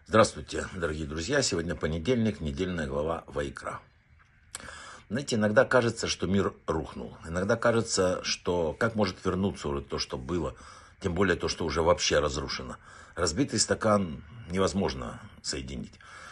Здравствуйте, дорогие друзья. Сегодня понедельник, недельная глава Ваикра. Знаете, иногда кажется, что мир рухнул. Иногда кажется, что как может вернуться уже то, что было, тем более то, что уже вообще разрушено. Разбитый стакан невозможно соединить.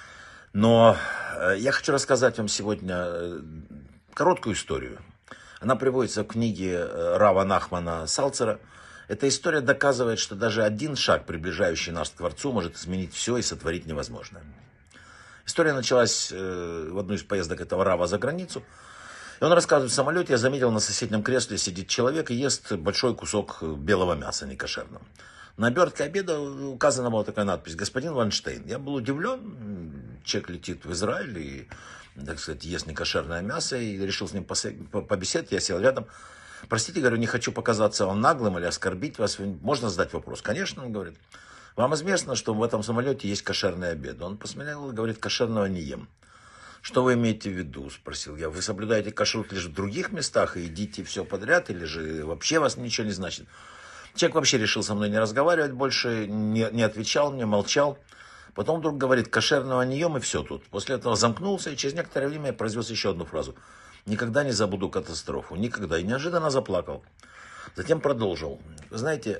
Но я хочу рассказать вам сегодня короткую историю. Она приводится в книге Рава Нахмана Салцера. Эта история доказывает, что даже один шаг, приближающий нас к Творцу, может изменить все и сотворить невозможное. История началась в одну из поездок этого Рава за границу. И он рассказывает, в самолете я заметил, на соседнем кресле сидит человек и ест большой кусок белого мяса некошерного. На обертке обеда указана была такая надпись: «Господин Вайнштейн». Я был удивлен. Человек летит в Израиль и, так сказать, ест некошерное мясо. И решил с ним побеседовать. Я сел рядом. «Простите, говорю, не хочу показаться вам наглым или оскорбить вас. Можно задать вопрос?» «Конечно», он говорит. «Вам известно, что в этом самолете есть кошерный обед?» Он посмотрел и говорит: «Кошерного не ем». «Что вы имеете в виду?» — спросил я. «Вы соблюдаете кашрут лишь в других местах и едите все подряд, или же вообще вас ничего не значит?» Человек вообще решил со мной не разговаривать больше, не отвечал мне, молчал. Потом вдруг говорит: «Кошерного не ем, и все тут». После этого замкнулся, и через некоторое время я произнес еще одну фразу: «Никогда не забуду катастрофу». Никогда. И неожиданно заплакал. Затем продолжил. Вы знаете,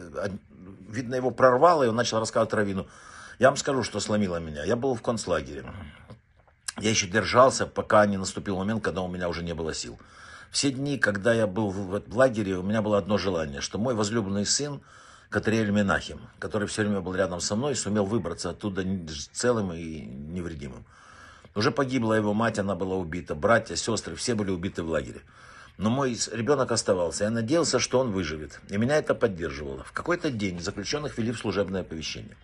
видно, его прорвало, и он начал рассказывать раввину. Я вам скажу, что сломило меня. Я был в концлагере. Я еще держался, пока не наступил момент, когда у меня уже не было сил. Все дни, когда я был в лагере, у меня было одно желание, что мой возлюбленный сын, Катриэль Менахем, который все время был рядом со мной, сумел выбраться оттуда целым и невредимым. Уже погибла его мать, она была убита, братья, сестры, все были убиты в лагере. Но мой ребенок оставался. Я надеялся, что он выживет. И меня это поддерживало. В какой-то день заключенных вели в служебное оповещение.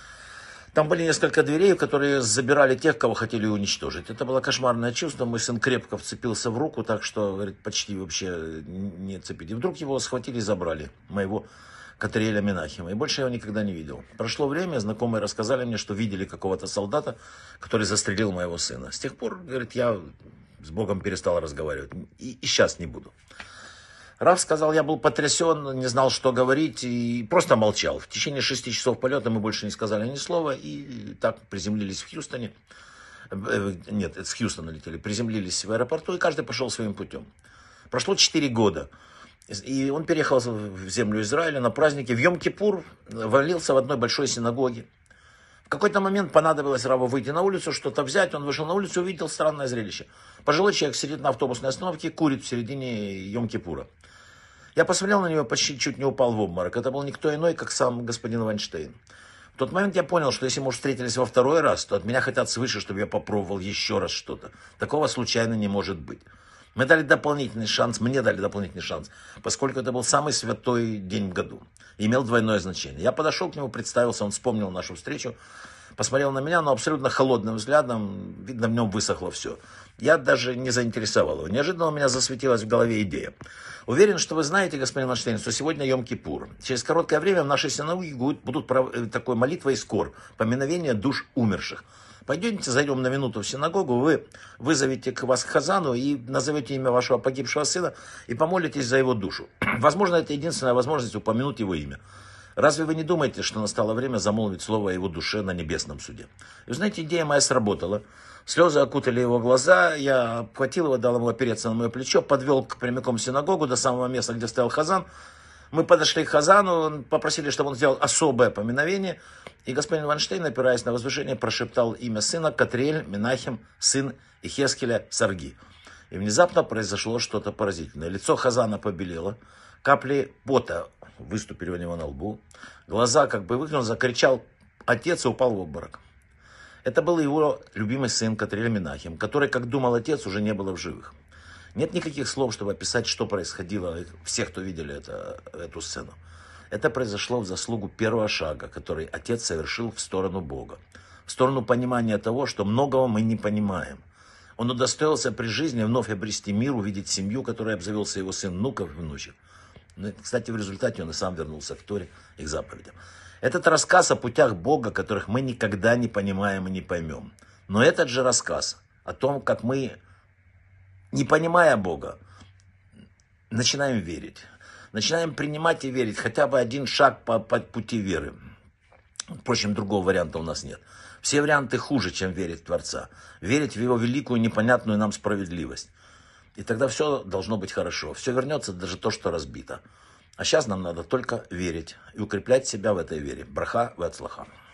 Там были несколько дверей, которые забирали тех, кого хотели уничтожить. Это было кошмарное чувство. Мой сын крепко вцепился в руку, так что, говорит, почти вообще не цепить. И вдруг его схватили и забрали, моего Катриэля Менахема. И больше я его никогда не видел. Прошло время, знакомые рассказали мне, что видели какого-то солдата, который застрелил моего сына. С тех пор, говорит, я с Богом перестал разговаривать. И сейчас не буду. Рав сказал, я был потрясен, не знал, что говорить, и просто молчал. В течение 6 часов полета мы больше не сказали ни слова, и так приземлились в Хьюстоне. Нет, с Хьюстона летели. Приземлились в аэропорту, и каждый пошел своим путем. Прошло 4 года. И он переехал в землю Израиля на празднике. В Йом-Кипур валился в одной большой синагоге. В какой-то момент понадобилось Раву выйти на улицу, что-то взять. Он вышел на улицу и увидел странное зрелище. Пожилой человек сидит на автобусной остановке и курит в середине Йом-Кипура. Я посмотрел на него, почти чуть не упал в обморок. Это был никто иной, как сам господин Вайнштейн. В тот момент я понял, что если мы встретились во второй раз, то от меня хотят свыше, чтобы я попробовал еще раз что-то. Такого случайно не может быть. Мы дали дополнительный шанс, мне дали дополнительный шанс, поскольку это был самый святой день в году. И имел двойное значение. Я подошел к нему, представился, он вспомнил нашу встречу, посмотрел на меня, но абсолютно холодным взглядом, видно, в нем высохло все. Я даже не заинтересовал его. Неожиданно у меня засветилась в голове идея. Уверен, что вы знаете, господин Вайнштейн, что сегодня Йом-Кипур. Через короткое время в нашей синагоге будут такой молитва искор, поминовение душ умерших. Пойдемте, зайдем на минуту в синагогу, вы вызовете к вас хазану и назовете имя вашего погибшего сына и помолитесь за его душу. Возможно, это единственная возможность упомянуть его имя. Разве вы не думаете, что настало время замолвить слово о его душе на небесном суде? И вы знаете, идея моя сработала. Слезы окутали его глаза, я обхватил его, дал ему опереться на мое плечо, подвел прямиком в синагогу до самого места, где стоял хазан. Мы подошли к хазану, попросили, чтобы он сделал особое поминовение. И господин Вайнштейн, опираясь на возвышение, прошептал имя сына: Катриэль Менахем, сын Ихескеля Сарги. И внезапно произошло что-то поразительное. Лицо хазана побелело, капли пота выступили у него на лбу, глаза как бы выглянули, закричал отец и упал в обморок. Это был его любимый сын Катриэль Менахем, который, как думал отец, уже не было в живых. Нет никаких слов, чтобы описать, что происходило, все, кто видели эту сцену. Это произошло в заслугу первого шага, который отец совершил в сторону Бога. В сторону понимания того, что многого мы не понимаем. Он удостоился при жизни вновь обрести мир, увидеть семью, которой обзавелся его сын, внуков и внучек. Кстати, в результате он и сам вернулся к Торе и к заповедям. Этот рассказ о путях Бога, которых мы никогда не понимаем и не поймем. Но этот же рассказ о том, как мы, не понимая Бога, начинаем верить. Начинаем принимать и верить хотя бы один шаг по пути веры. Впрочем, другого варианта у нас нет. Все варианты хуже, чем верить в Творца. Верить в Его великую, непонятную нам справедливость. И тогда все должно быть хорошо. Все вернется, даже то, что разбито. А сейчас нам надо только верить и укреплять себя в этой вере. Браха ве ацлаха.